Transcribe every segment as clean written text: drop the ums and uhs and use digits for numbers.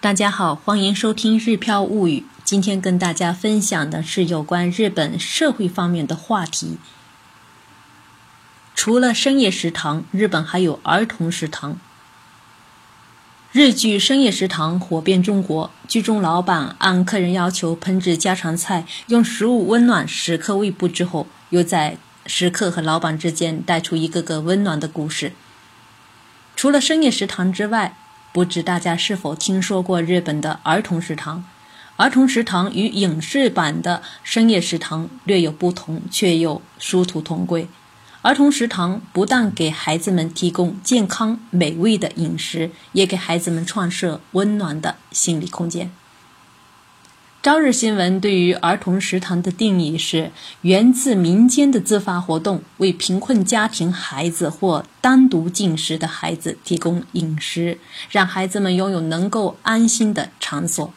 大家好，欢迎收听日飘物语。今天跟大家分享的是有关日本社会方面的话题。除了深夜食堂，日本还有儿童食堂。日剧《深夜食堂》火遍中国，剧中老板按客人要求烹制家常菜，用食物温暖食客胃部之后，又在食客和老板之间带出一个个温暖的故事。除了深夜食堂之外，不知大家是否听说过日本的儿童食堂？儿童食堂与影视版的深夜食堂略有不同，却又殊途同归。儿童食堂不但给孩子们提供健康美味的饮食，也给孩子们创设温暖的心理空间。朝日新闻对于儿童食堂的定义是源自民间的自发活动，为贫困家庭孩子或单独进食的孩子提供饮食，让孩子们拥有能够安心的场所。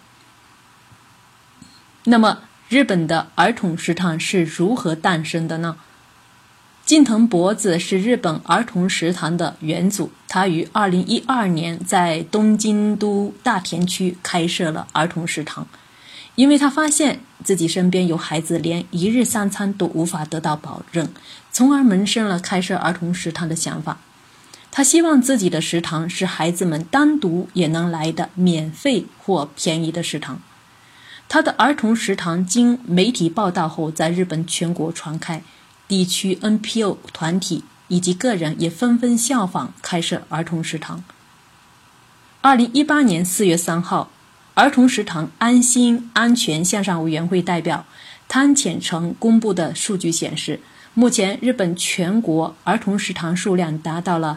那么日本的儿童食堂是如何诞生的呢？近藤博子是日本儿童食堂的元祖，他于2012年在东京都大田区开设了儿童食堂。因为他发现自己身边有孩子连一日三餐都无法得到保证，从而萌生了开设儿童食堂的想法。他希望自己的食堂是孩子们单独也能来的免费或便宜的食堂。他的儿童食堂经媒体报道后在日本全国传开，地区 NPO 团体以及个人也纷纷效仿开设儿童食堂。2018年4月3号，儿童食堂安心安全向上委员会代表汤浅成公布的数据显示，目前日本全国儿童食堂数量达到了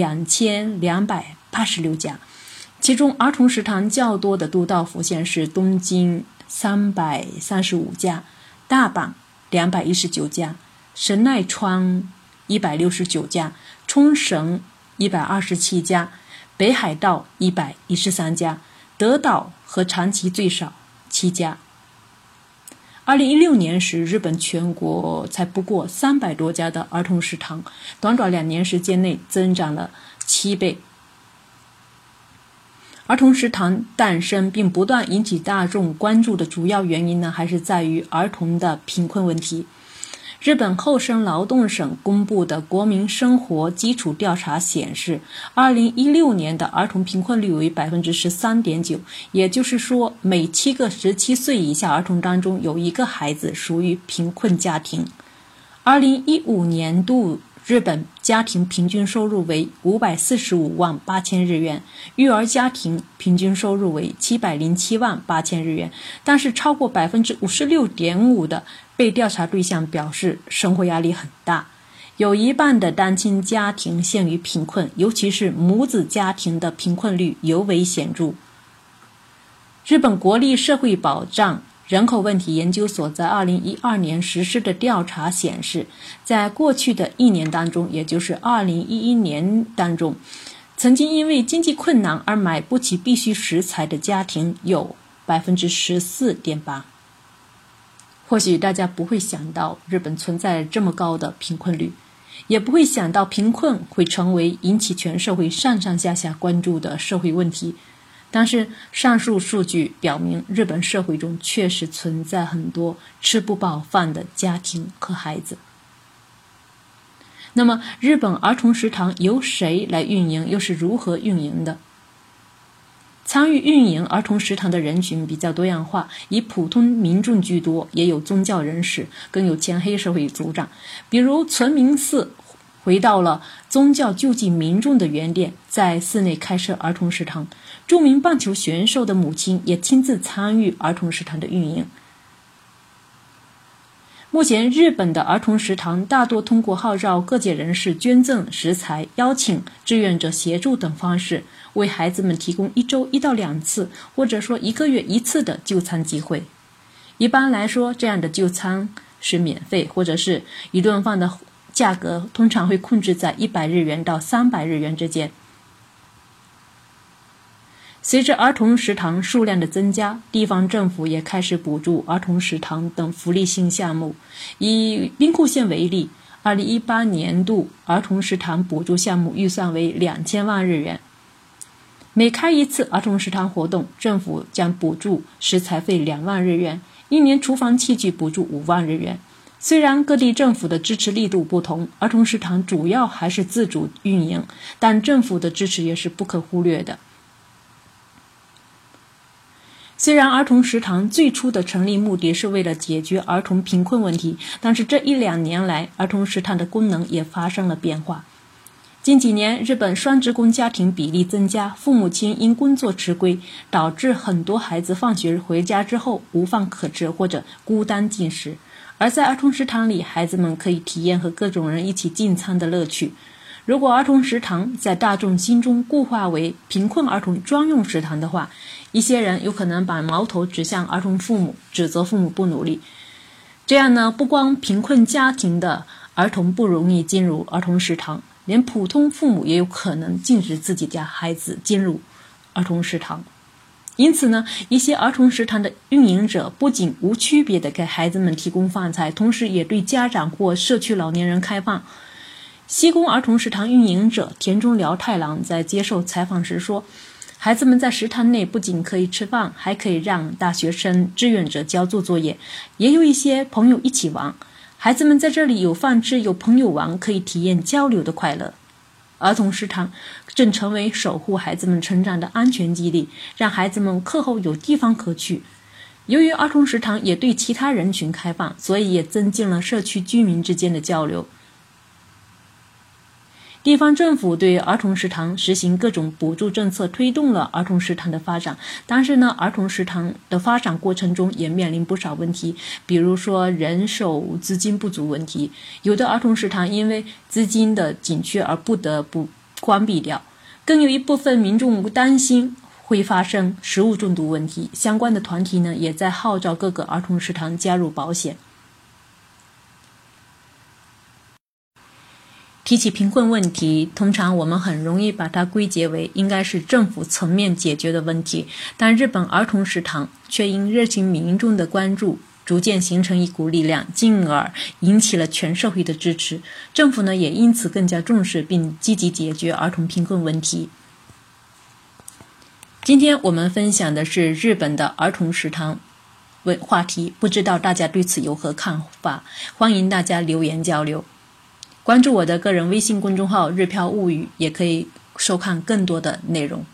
2286家，其中儿童食堂较多的都道府县是东京335家、大阪219家、神奈川169家、冲绳127家、北海道113家，德岛和长崎最少7家。2016年时，日本全国才不过300多家的儿童食堂，短短2年时间内增长了7倍。儿童食堂诞生并不断引起大众关注的主要原因呢，还是在于儿童的贫困问题。日本厚生劳动省公布的国民生活基础调查显示，2016年的儿童贫困率为 13.9%， 也就是说每7个17岁以下儿童当中有1个孩子属于贫困家庭。2015年度日本家庭平均收入为545万8千日元，育儿家庭平均收入为707万8千日元，但是超过 56.5% 的被调查对象表示生活压力很大，有1半的单亲家庭陷于贫困，尤其是母子家庭的贫困率尤为显著。日本国立社会保障人口问题研究所在2012年实施的调查显示，在过去的1年当中，也就是2011年当中，曾经因为经济困难而买不起必需食材的家庭有 14.8%。或许大家不会想到日本存在这么高的贫困率，也不会想到贫困会成为引起全社会上上下下关注的社会问题。但是上述数据表明，日本社会中确实存在很多吃不饱饭的家庭和孩子。那么日本儿童食堂由谁来运营，又是如何运营的？参与运营儿童食堂的人群比较多样化，以普通民众居多，也有宗教人士，更有前黑社会组长。比如存明寺回到了宗教救济民众的原点，在寺内开设儿童食堂。著名棒球选手的母亲也亲自参与儿童食堂的运营。目前日本的儿童食堂大多通过号召各界人士捐赠食材、邀请志愿者协助等方式，为孩子们提供1周1到2次，或者说1个月1次的就餐机会。一般来说，这样的就餐是免费，或者是一顿饭的价格通常会控制在100日元到300日元之间。随着儿童食堂数量的增加，地方政府也开始补助儿童食堂等福利性项目。以兵库县为例，2018年度儿童食堂补助项目预算为2000万日元。 每开一次儿童食堂活动，政府将补助食材费2万日元，一年厨房器具补助5万日元。虽然各地政府的支持力度不同，儿童食堂主要还是自主运营，但政府的支持也是不可忽略的。虽然儿童食堂最初的成立目的是为了解决儿童贫困问题，但是这1-2年来，儿童食堂的功能也发生了变化。近几年，日本双职工家庭比例增加，父母亲因工作迟归，导致很多孩子放学回家之后无饭可吃或者孤单进食。而在儿童食堂里，孩子们可以体验和各种人一起进餐的乐趣。如果儿童食堂在大众心中固化为贫困儿童专用食堂的话，一些人有可能把矛头指向儿童父母，指责父母不努力。这样呢，不光贫困家庭的儿童不容易进入儿童食堂，连普通父母也有可能禁止自己家孩子进入儿童食堂。因此呢，一些儿童食堂的运营者不仅无区别地给孩子们提供饭菜，同时也对家长或社区老年人开放。西宫儿童食堂运营者田中辽太郎在接受采访时说，孩子们在食堂内不仅可以吃饭，还可以让大学生志愿者交做作业，也有一些朋友一起玩。孩子们在这里有饭吃，有朋友玩，可以体验交流的快乐。儿童食堂正成为守护孩子们成长的安全基地，让孩子们课后有地方可去。由于儿童食堂也对其他人群开放，所以也增进了社区居民之间的交流。地方政府对儿童食堂实行各种补助政策，推动了儿童食堂的发展。但是呢，儿童食堂的发展过程中也面临不少问题，比如说人手、资金不足问题。有的儿童食堂因为资金的紧缺而不得不关闭掉，更有一部分民众担心会发生食物中毒问题。相关的团体呢，也在号召各个儿童食堂加入保险。提起贫困问题，通常我们很容易把它归结为应该是政府层面解决的问题，但日本儿童食堂却因热情民众的关注，逐渐形成一股力量，进而引起了全社会的支持。政府呢，也因此更加重视并积极解决儿童贫困问题。今天我们分享的是日本的儿童食堂话题，不知道大家对此有何看法？欢迎大家留言交流。关注我的个人微信公众号日飘物语，也可以收看更多的内容。